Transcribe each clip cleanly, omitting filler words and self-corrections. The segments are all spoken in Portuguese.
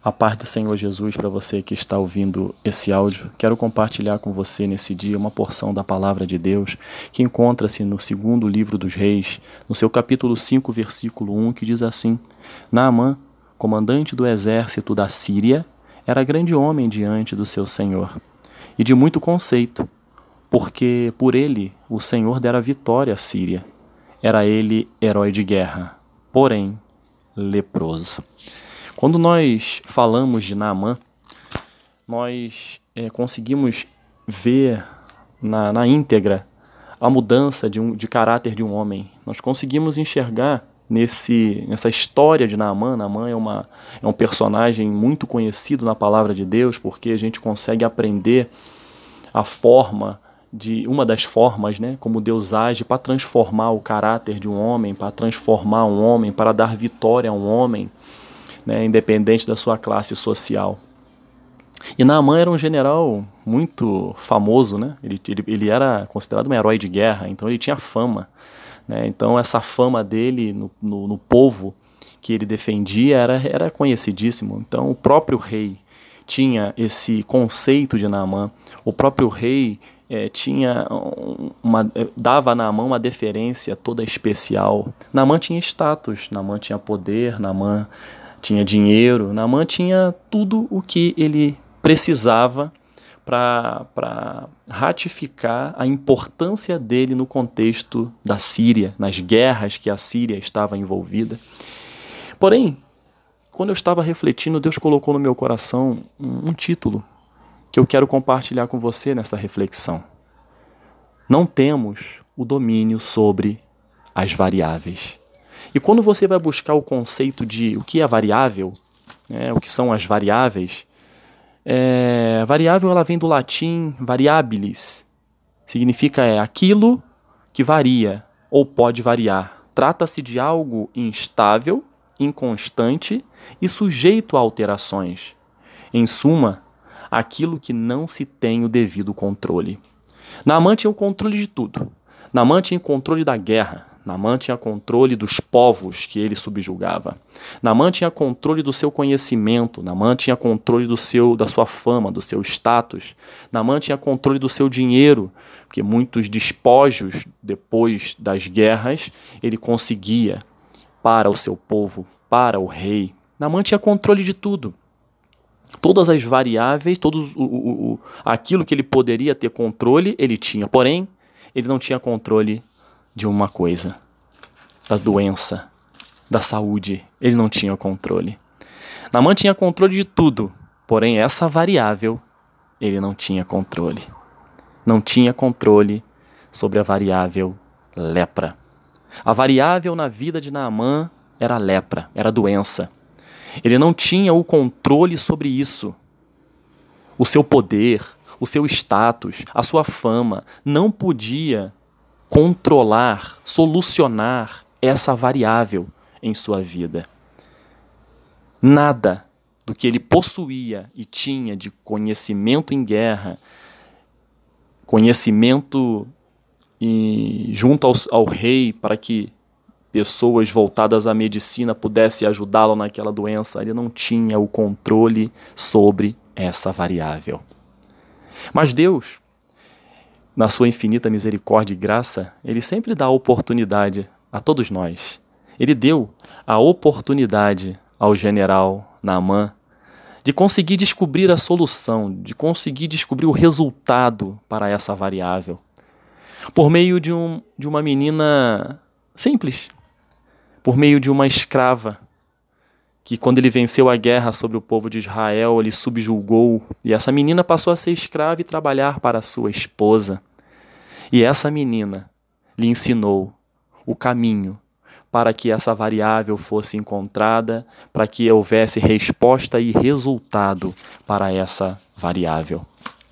A paz do Senhor Jesus para você que está ouvindo esse áudio. Quero compartilhar com você nesse dia uma porção da palavra de Deus que encontra-se no segundo livro dos Reis, no seu capítulo 5, versículo 1, que diz assim: Naamã, comandante do exército da Síria, era grande homem diante do seu Senhor e de muito conceito, porque por ele o Senhor dera vitória à Síria. Era ele herói de guerra, porém leproso. Quando nós falamos de Naamã, nós conseguimos ver na íntegra a mudança de caráter de um homem. Nós conseguimos enxergar nessa história de Naamã. Naamã é um personagem muito conhecido na palavra de Deus, porque a gente consegue aprender uma das formas, como Deus age para transformar o caráter de um homem, para transformar um homem, para dar vitória a um homem, independente da sua classe social. E Naamã era um general muito famoso, ele era considerado um herói de guerra, então ele tinha fama. Então essa fama dele no povo que ele defendia era conhecidíssimo. Então o próprio rei tinha esse conceito de Naamã, o próprio rei dava a Naamã uma deferência toda especial. Naamã tinha status, Naamã tinha poder, Naamã tinha dinheiro, Naamã tinha tudo o que ele precisava para ratificar a importância dele no contexto da Síria, nas guerras que a Síria estava envolvida. Porém, quando eu estava refletindo, Deus colocou no meu coração um título que eu quero compartilhar com você nessa reflexão. Não temos o domínio sobre as variáveis. E quando você vai buscar o conceito de o que é variável, o que são as variáveis, variável ela vem do latim variabilis, significa aquilo que varia ou pode variar. Trata-se de algo instável, inconstante e sujeito a alterações. Em suma, aquilo que não se tem o devido controle. Naamã tinha o controle de tudo. Naamã tinha o controle da guerra. Naamã tinha controle dos povos que ele subjugava. Naamã tinha controle do seu conhecimento. Naamã tinha controle da sua fama, do seu status. Naamã tinha controle do seu dinheiro, porque muitos despojos depois das guerras ele conseguia para o seu povo, para o rei. Naamã tinha controle de tudo. Todas as variáveis, aquilo que ele poderia ter controle, ele tinha. Porém, ele não tinha controle de uma coisa, da doença, da saúde. Ele não tinha controle. Naamã tinha controle de tudo, porém essa variável ele não tinha controle. Não tinha controle sobre a variável lepra. A variável na vida de Naamã era a lepra, era a doença. Ele não tinha o controle sobre isso. O seu poder, o seu status, a sua fama não podia controlar, solucionar essa variável em sua vida. Nada do que ele possuía e tinha de conhecimento em guerra, conhecimento junto ao rei para que pessoas voltadas à medicina pudessem ajudá-lo naquela doença, ele não tinha o controle sobre essa variável. Mas Deus, na sua infinita misericórdia e graça, ele sempre dá a oportunidade a todos nós. Ele deu a oportunidade ao general Naamã de conseguir descobrir a solução, de conseguir descobrir o resultado para essa variável, por meio de uma menina simples, por meio de uma escrava, que quando ele venceu a guerra sobre o povo de Israel, ele subjugou, e essa menina passou a ser escrava e trabalhar para a sua esposa. E essa menina lhe ensinou o caminho para que essa variável fosse encontrada, para que houvesse resposta e resultado para essa variável.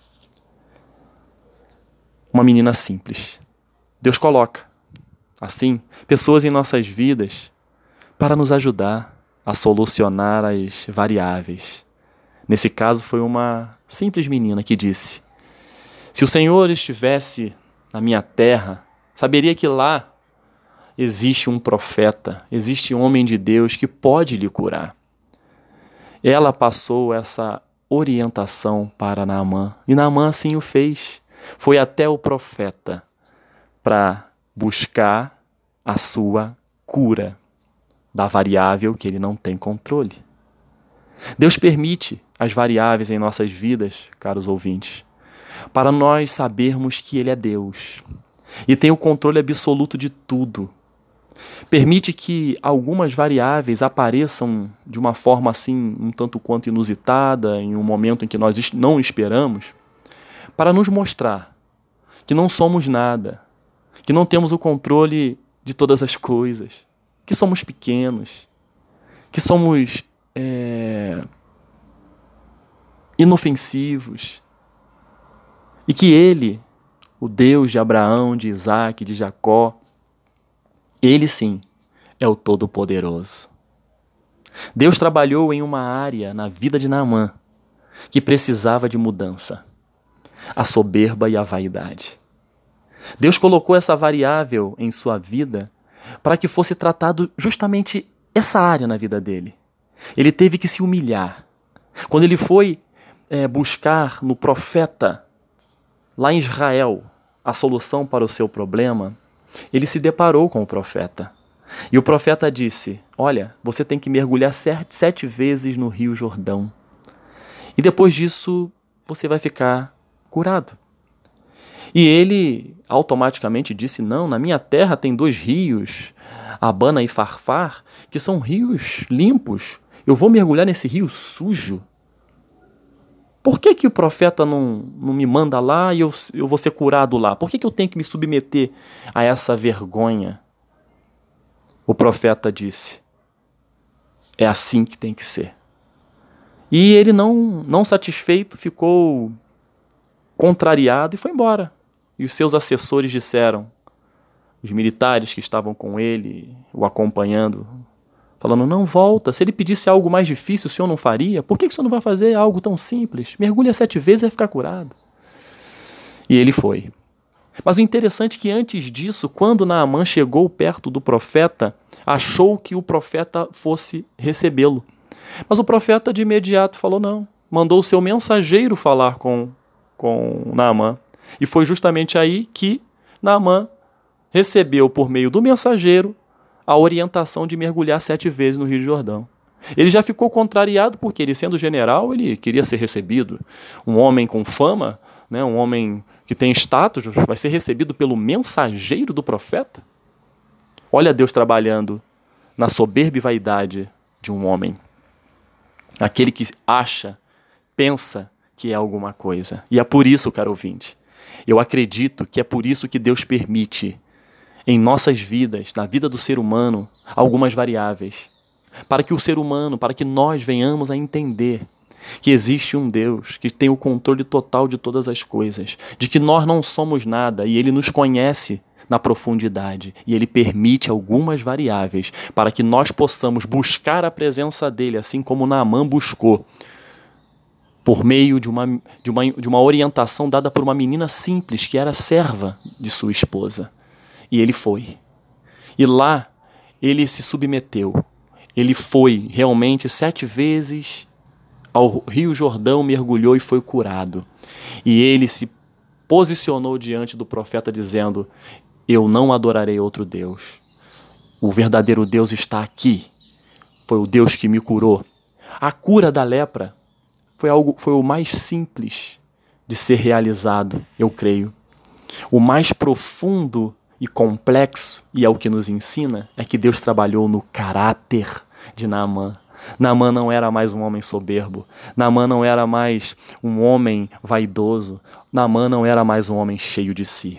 Uma menina simples. Deus coloca, assim, pessoas em nossas vidas para nos ajudar a solucionar as variáveis. Nesse caso foi uma simples menina que disse: se o Senhor estivesse na minha terra, saberia que lá existe um profeta, existe um homem de Deus que pode lhe curar. ela passou essa orientação para Naamã. E Naamã assim o fez. Foi até o profeta para buscar a sua cura da variável que ele não tem controle. Deus permite as variáveis em nossas vidas, caros ouvintes, para nós sabermos que Ele é Deus e tem o controle absoluto de tudo. Permite que algumas variáveis apareçam de uma forma assim, um tanto quanto inusitada, em um momento em que nós não esperamos, para nos mostrar que não somos nada, que não temos o controle de todas as coisas, que somos pequenos, que somos inofensivos, e que Ele, o Deus de Abraão, de Isaac, de Jacó, Ele sim é o Todo-Poderoso. Deus trabalhou em uma área na vida de Naamã que precisava de mudança: a soberba e a vaidade. Deus colocou essa variável em sua vida para que fosse tratado justamente essa área na vida dele. Ele teve que se humilhar. Quando ele foi buscar no profeta, lá em Israel, a solução para o seu problema, ele se deparou com o profeta. E o profeta disse: olha, você tem que mergulhar 7 vezes no Rio Jordão. E depois disso, você vai ficar curado. E ele automaticamente disse: não, na minha terra tem 2 rios, Abana e Farfar, que são rios limpos. Eu vou mergulhar nesse rio sujo? Por que o profeta não me manda lá e eu vou ser curado lá? Por que eu tenho que me submeter a essa vergonha? O profeta disse: é assim que tem que ser. E ele, não satisfeito, ficou contrariado e foi embora. E os seus assessores disseram, os militares que estavam com ele, o acompanhando, falando: não, volta, se ele pedisse algo mais difícil, o senhor não faria? Por que o senhor não vai fazer algo tão simples? Mergulha 7 vezes e vai ficar curado. E ele foi. Mas o interessante é que antes disso, quando Naamã chegou perto do profeta, achou que o profeta fosse recebê-lo. Mas o profeta de imediato falou não, mandou o seu mensageiro falar com Naamã. E foi justamente aí que Naamã recebeu, por meio do mensageiro, a orientação de mergulhar 7 vezes no Rio Jordão. Ele já ficou contrariado porque ele, sendo general, ele queria ser recebido. Um homem com fama, né, um homem que tem status, vai ser recebido pelo mensageiro do profeta? Olha Deus trabalhando na soberba e vaidade de um homem. Aquele que acha, pensa que é alguma coisa. E é por isso, caro ouvinte, eu acredito que é por isso que Deus permite em nossas vidas, na vida do ser humano, algumas variáveis, para que o ser humano, para que nós venhamos a entender que existe um Deus que tem o controle total de todas as coisas, de que nós não somos nada e Ele nos conhece na profundidade e Ele permite algumas variáveis para que nós possamos buscar a presença dEle, assim como Naamã buscou, por meio de uma orientação dada por uma menina simples que era serva de sua esposa. E ele foi. E lá ele se submeteu. Ele foi realmente 7 vezes ao Rio Jordão, mergulhou e foi curado. E ele se posicionou diante do profeta dizendo: eu não adorarei outro Deus. O verdadeiro Deus está aqui. Foi o Deus que me curou. A cura da lepra foi o mais simples de ser realizado, eu creio. O mais profundo e complexo, e é o que nos ensina, é que Deus trabalhou no caráter de Naamã. Naamã não era mais um homem soberbo. Naamã não era mais um homem vaidoso. Naamã não era mais um homem cheio de si.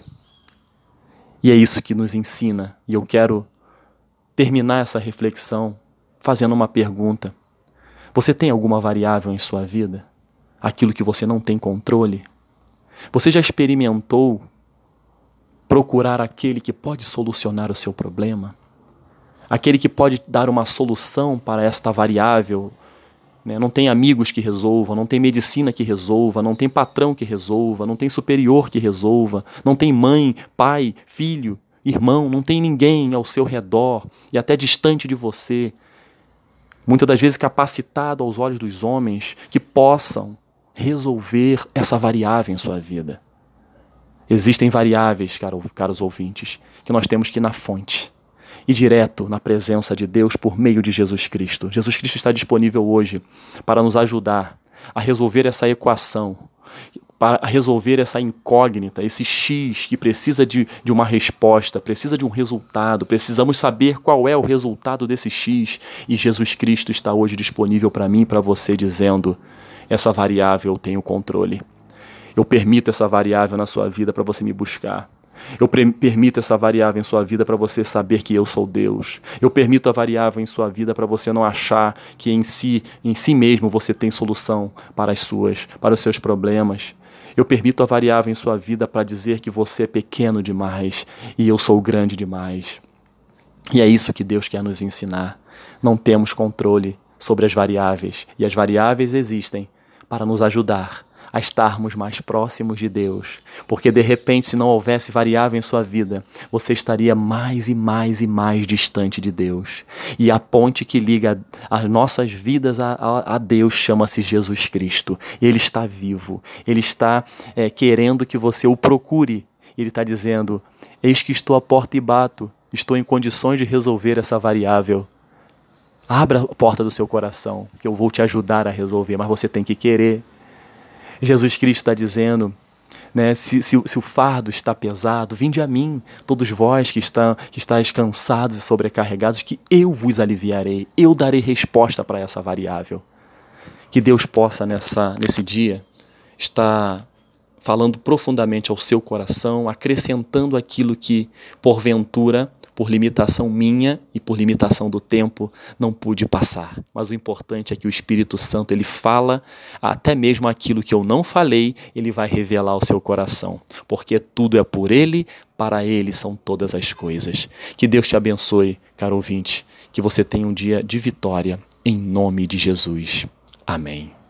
E é isso que nos ensina. E eu quero terminar essa reflexão fazendo uma pergunta. Você tem alguma variável em sua vida? Aquilo que você não tem controle? Você já experimentou procurar aquele que pode solucionar o seu problema? Aquele que pode dar uma solução para esta variável? Não tem amigos que resolvam, não tem medicina que resolva, não tem patrão que resolva, não tem superior que resolva, não tem mãe, pai, filho, irmão, não tem ninguém ao seu redor e até distante de você muitas das vezes capacitado aos olhos dos homens, que possam resolver essa variável em sua vida. Existem variáveis, caros ouvintes, que nós temos que ir na fonte e direto na presença de Deus por meio de Jesus Cristo. Jesus Cristo está disponível hoje para nos ajudar a resolver essa equação, para resolver essa incógnita, esse X que precisa de uma resposta, precisa de um resultado, precisamos saber qual é o resultado desse X, e Jesus Cristo está hoje disponível para mim e para você, dizendo: essa variável eu tenho controle. Eu permito essa variável na sua vida para você me buscar. Eu permito essa variável em sua vida para você saber que eu sou Deus. Eu permito a variável em sua vida para você não achar que em si mesmo você tem solução para os seus problemas. Eu permito a variável em sua vida para dizer que você é pequeno demais e eu sou grande demais. E é isso que Deus quer nos ensinar. Não temos controle sobre as variáveis, e as variáveis existem para nos ajudar a estarmos mais próximos de Deus. Porque de repente, se não houvesse variável em sua vida, você estaria mais e mais e mais distante de Deus. E a ponte que liga as nossas vidas a Deus chama-se Jesus Cristo. Ele está vivo, Ele está querendo que você o procure. Ele está dizendo: eis que estou à porta e bato, estou em condições de resolver essa variável. Abra a porta do seu coração, que eu vou te ajudar a resolver, mas você tem que querer. Jesus Cristo está dizendo, né, se o fardo está pesado, vinde a mim, todos vós que estáis cansados e sobrecarregados, que eu vos aliviarei, eu darei resposta para essa variável. Que Deus possa nesse dia estar falando profundamente ao seu coração, acrescentando aquilo que, porventura, por limitação minha e por limitação do tempo, não pude passar. Mas o importante é que o Espírito Santo, ele fala até mesmo aquilo que eu não falei, ele vai revelar ao seu coração. Porque tudo é por ele, para ele são todas as coisas. Que Deus te abençoe, caro ouvinte, que você tenha um dia de vitória, em nome de Jesus. Amém.